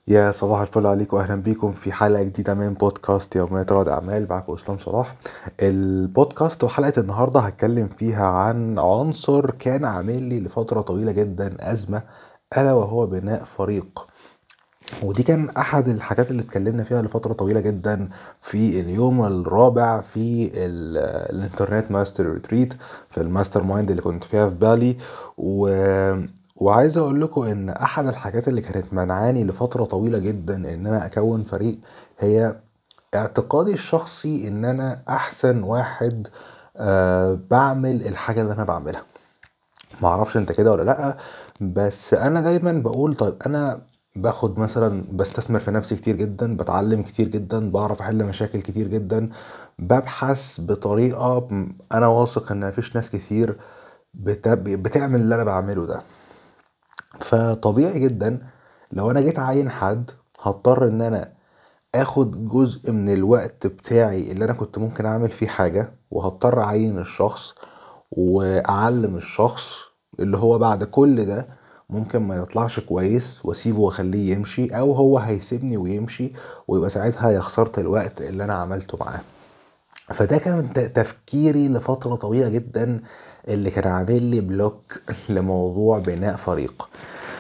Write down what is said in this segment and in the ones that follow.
يا صباح الفل عليكم، واهلا بيكم في حلقه جديده من بودكاست يوميات رائد اعمال. معاكم اسلام صلاح. البودكاست وحلقه النهارده هتكلم فيها عن عنصر كان عامل لي لفتره طويله جدا ازمه، الا وهو بناء فريق. ودي كان احد الحاجات اللي اتكلمنا فيها لفتره طويله جدا في اليوم الرابع في الانترنت ماستر ريتريت، في الماستر مايند اللي كنت فيها في بالي. و... وعايز اقول لكم ان احد الحاجات اللي كانت منعاني لفتره طويله جدا ان انا اكون فريق هي اعتقادي الشخصي ان انا احسن واحد بعمل الحاجه اللي انا بعملها. معرفش انت كده ولا لأ، بس انا دايما بقول طيب انا باخد مثلا بستثمر في نفسي كتير جدا، بتعلم كتير جدا، بعرف احل مشاكل كتير جدا، ببحث بطريقة انا واثق ان مفيش ناس كتير بتعمل اللي انا بعمله ده. فطبيعي جدا لو انا جيت اعين حد هضطر ان انا اخد جزء من الوقت بتاعي اللي انا كنت ممكن اعمل فيه حاجة، وهضطر اعين الشخص واعلم الشخص اللي هو بعد كل ده ممكن ما يطلعش كويس واسيبه واخليه يمشي، او هو هيسيبني ويمشي ويبقى ساعتها يا خسرت الوقت اللي انا عملته معاه. فده كان تفكيري لفترة طويلة جدا اللي كان عامل لي بلوك لموضوع بناء فريق.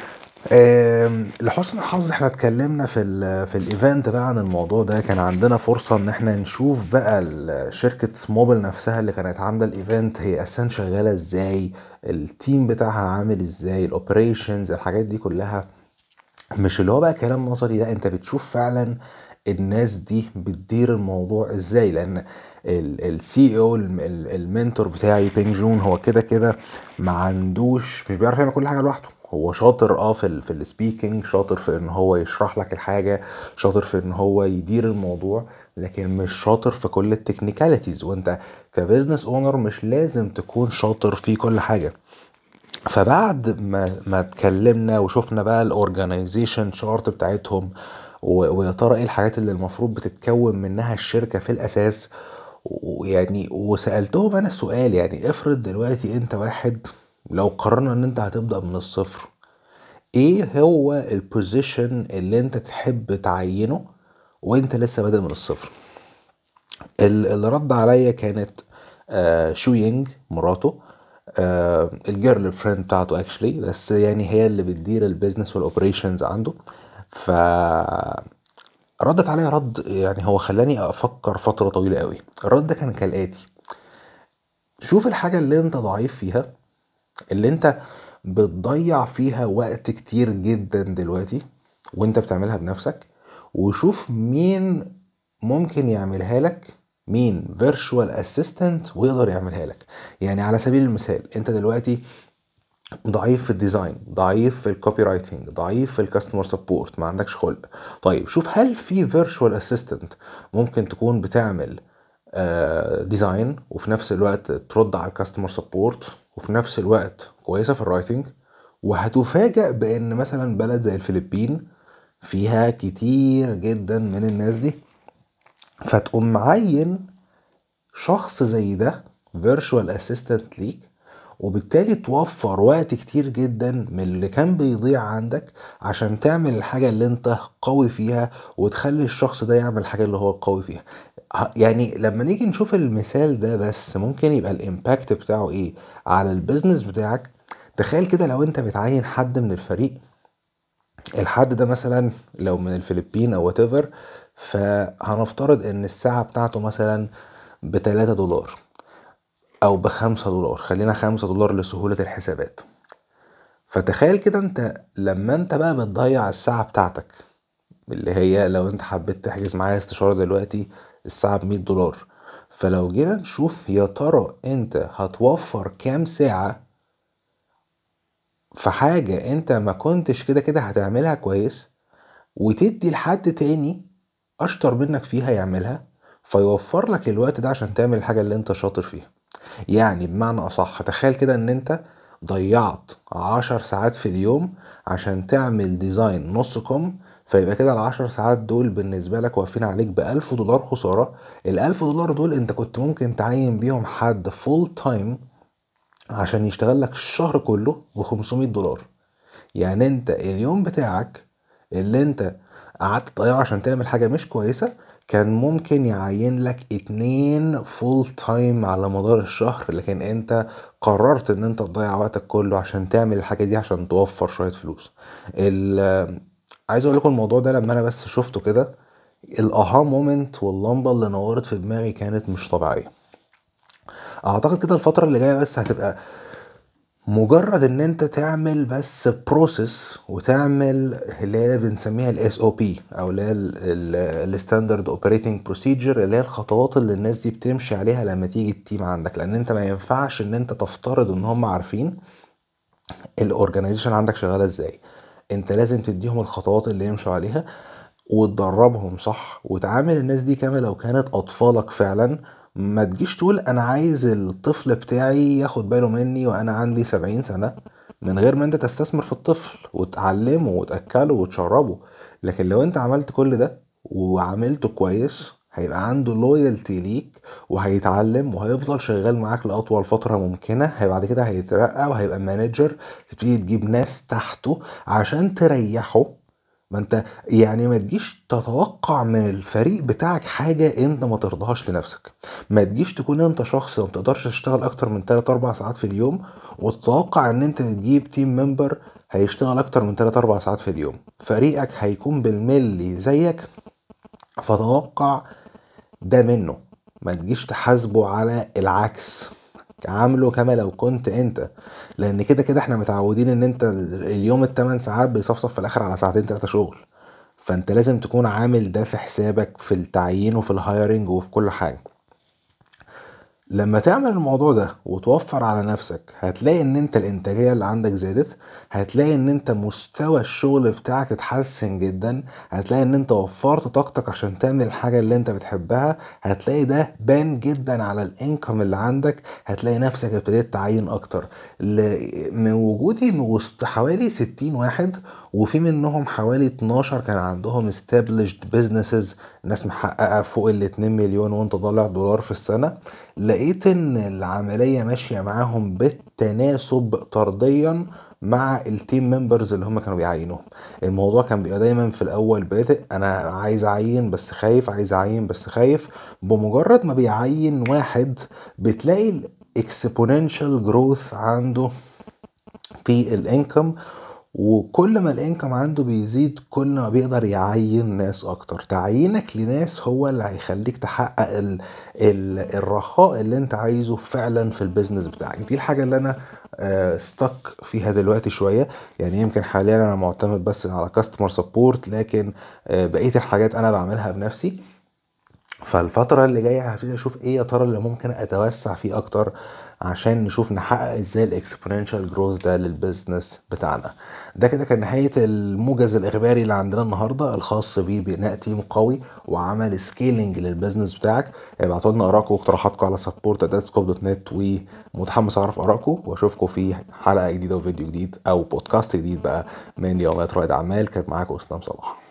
لحسن الحظ احنا اتكلمنا في الايفنت بقى عن الموضوع ده. كان عندنا فرصة ان احنا نشوف بقى شركة موبل نفسها اللي كانت عاملة الايفنت هي اساسا شغالة ازاي، التيم بتاعها عامل ازاي، الاوبريشنز، الحاجات دي كلها. مش اللي هو بقى كلام نظري، لا انت بتشوف فعلا الناس دي بتدير الموضوع ازاي. لان السي او المنتور بتاعي بينج جون هو كده كده ما عندوش، مش بيعرف يعمل كل حاجه لوحده. هو شاطر في السبيكينج، شاطر في ان هو يشرح لك الحاجه، شاطر في ان هو يدير الموضوع، لكن مش شاطر في كل التكنيكاليتيز. وانت كبزنس اونر مش لازم تكون شاطر في كل حاجه. فبعد ما اتكلمنا وشفنا بقى الاورجنايزيشن شارت بتاعتهم، ويا ترى ايه الحاجات اللي المفروض بتتكون منها الشركة في الاساس، ويعني وسألتهم انا السؤال، يعني افرض دلوقتي انت واحد، لو قررنا ان انت هتبدأ من الصفر، ايه هو البوزيشن اللي انت تحب تعينه وانت لسه بادئ من الصفر؟ اللي رد عليا كانت شو يينج مراته، الجيرل فريند بتاعته اكشلي، بس يعني هي اللي بتدير البيزنس والاوبريشنز عنده. ف ردت عليا رد يعني هو خلاني افكر فترة طويلة قوي. الرد ده كان كالآتي: شوف الحاجة اللي انت ضعيف فيها، اللي انت بتضيع فيها وقت كتير جدا دلوقتي وانت بتعملها بنفسك، وشوف مين ممكن يعملها لك، مين فيرتشوال اسيستنت ويقدر يعملها لك. يعني على سبيل المثال انت دلوقتي ضعيف في الديزاين، ضعيف في الكوبي رايتنج، ضعيف في الكاستمر سبورت، ما عندكش خلق. طيب شوف هل في فيرتشوال اسيستنت ممكن تكون بتعمل ديزاين وفي نفس الوقت ترد على الكاستمر سبورت وفي نفس الوقت كويسه في الرايتنج. وهتفاجأ بان مثلا بلد زي الفلبين فيها كتير جدا من الناس دي، فتقوم معين شخص زي ده فيرتشوال اسيستنت ليك، وبالتالي توفر وقت كتير جدا من اللي كان بيضيع عندك عشان تعمل الحاجة اللي انت قوي فيها، وتخلي الشخص ده يعمل الحاجة اللي هو قوي فيها. يعني لما نيجي نشوف المثال ده بس ممكن يبقى الامباكت بتاعه ايه على البيزنس بتاعك. تخيل كده لو انت بتعين حد من الفريق، الحد ده مثلا لو من الفلبين او whatever، فهنفترض ان الساعة بتاعته مثلا ب3 دولار او ب5 دولار، خلينا 5 دولار لسهولة الحسابات. فتخيل كده انت لما انت بقى بتضيع الساعة بتاعتك، اللي هي لو انت حبيت تحجز معايا استشارة دلوقتي الساعة ب100 دولار، فلو جينا نشوف يا ترى انت هتوفر كام ساعة في حاجة انت ما كنتش كده كده هتعملها كويس، وتدي لحد تاني اشطر منك فيها يعملها، فيوفر لك الوقت ده عشان تعمل الحاجة اللي انت شاطر فيها. يعني بمعنى أصح تخيل كده إن أنت ضيعت 10 ساعات في اليوم عشان تعمل ديزاين نص كم، فيبقى كده ال10 ساعات دول بالنسبة لك واقفين عليك ب1000 دولار خسارة. ال1000 دولار دول أنت كنت ممكن تعين بيهم حد فول تايم عشان يشتغل لك الشهر كله ب500 دولار. يعني أنت اليوم بتاعك اللي انت قعدت تضيعه عشان تعمل حاجة مش كويسة كان ممكن يعين لك 2 فول تايم على مدار الشهر، لكن انت قررت ان انت تضيع وقتك كله عشان تعمل الحاجة دي عشان توفر شوية فلوس. عايز اقول لكم الموضوع ده لما انا بس شفته كده، الاها مومنت واللمبة اللي نورت في دماغي كانت مش طبيعية. اعتقد كده الفترة اللي جاية بس هتبقى مجرد ان انت تعمل بس بروسيس، وتعمل اللي هي بنسميها الاس او بي، او اللي هي الستاندرد اوبريتنج بروسيجر، اللي هي الخطوات اللي الناس دي بتمشي عليها لما تيجي التيم عندك. لان انت ما ينفعش ان انت تفترض ان هم عارفين الاورجنايزيشن عندك شغاله ازاي. انت لازم تديهم الخطوات اللي يمشوا عليها، وتدربهم صح، وتعامل الناس دي كما لو كانت اطفالك فعلا. ما تجيش تقول انا عايز الطفل بتاعي ياخد باله مني وانا عندي 70 سنة، من غير ما انت تستثمر في الطفل وتعلمه وتأكله وتشربه. لكن لو انت عملت كل ده وعملته كويس، هيبقى عنده لويالتي ليك، وهيتعلم وهيفضل شغال معاك لأطول فترة ممكنة. بعد كده هيترقى وهيبقى مانجر، تبتدي تجيب ناس تحته عشان تريحه. ما انت يعني ما تجيش تتوقع من الفريق بتاعك حاجة انت ما ترضاهاش لنفسك. ما تجيش تكون انت شخص ما بتقدرش تشتغل اكتر من 3 4 ساعات في اليوم، وتتوقع ان انت تجيب تيم ممبر هيشتغل اكتر من 3 4 ساعات في اليوم. فريقك هيكون بالملي زيك، فتوقع ده منه. ما تجيش تحاسبه على العكس، عامله كما لو كنت انت. لان كده كده احنا متعودين ان انت اليوم ال 8 ساعات بيصفصف في الاخر على ساعتين 3 شغل. فانت لازم تكون عامل ده في حسابك في التعيين وفي الهايرنج وفي كل حاجة. لما تعمل الموضوع ده وتوفر على نفسك، هتلاقي ان انت الانتاجية اللي عندك زادت، هتلاقي ان انت مستوى الشغل بتاعك اتحسن جدا، هتلاقي ان انت وفرت طاقتك عشان تعمل الحاجة اللي انت بتحبها، هتلاقي ده بان جدا على الانكم اللي عندك، هتلاقي نفسك ابتديت تعين اكتر. من وجودي من وسط حوالي 60 واحد، وفي منهم حوالي 12 كان عندهم established businesses، ناس محققة فوق ال 2 مليون وانت ضالع دولار في السنة، لقيت ان العملية ماشية معاهم بالتناسب طرديا مع التيم ممبرز اللي هم كانوا بيعينوهم. الموضوع كان بيبقى دايما في الاول بادئ انا عايز اعين بس خايف، عايز اعين بس خايف. بمجرد ما بيعين واحد، بتلاقي الاكسبوننشال جروث عنده في الانكم. وكل ما الانكم عنده بيزيد، كل ما بيقدر يعين ناس اكتر. تعيينك لناس هو اللي هيخليك تحقق الرخاء اللي انت عايزه فعلا في البيزنس بتاعك. دي الحاجة اللي انا ستك فيها دلوقتي شوية. يعني يمكن حاليا انا معتمد بس على كاستمر سبورت، لكن بقية الحاجات انا بعملها بنفسي. فالفترة اللي جاية هبتدي اشوف ايه يا ترى اللي ممكن اتوسع فيه اكتر، عشان نشوف نحقق ازاي الاكسبوننشال جروث ده للبيزنس بتاعنا. ده كده كان نهاية الموجز الاخباري اللي عندنا النهاردة الخاص ببناء تيم قوي وعمل سكيلينج للبيزنس بتاعك. ابعتوا لنا ارائكم واقتراحاتكم على support@scope.net، ومتحمس اعرف ارائكم، واشوفكم في حلقة جديدة وفيديو جديد او بودكاست جديد بقى من يوميات رائد اعمال. كانت معاكم اسلام صلاح.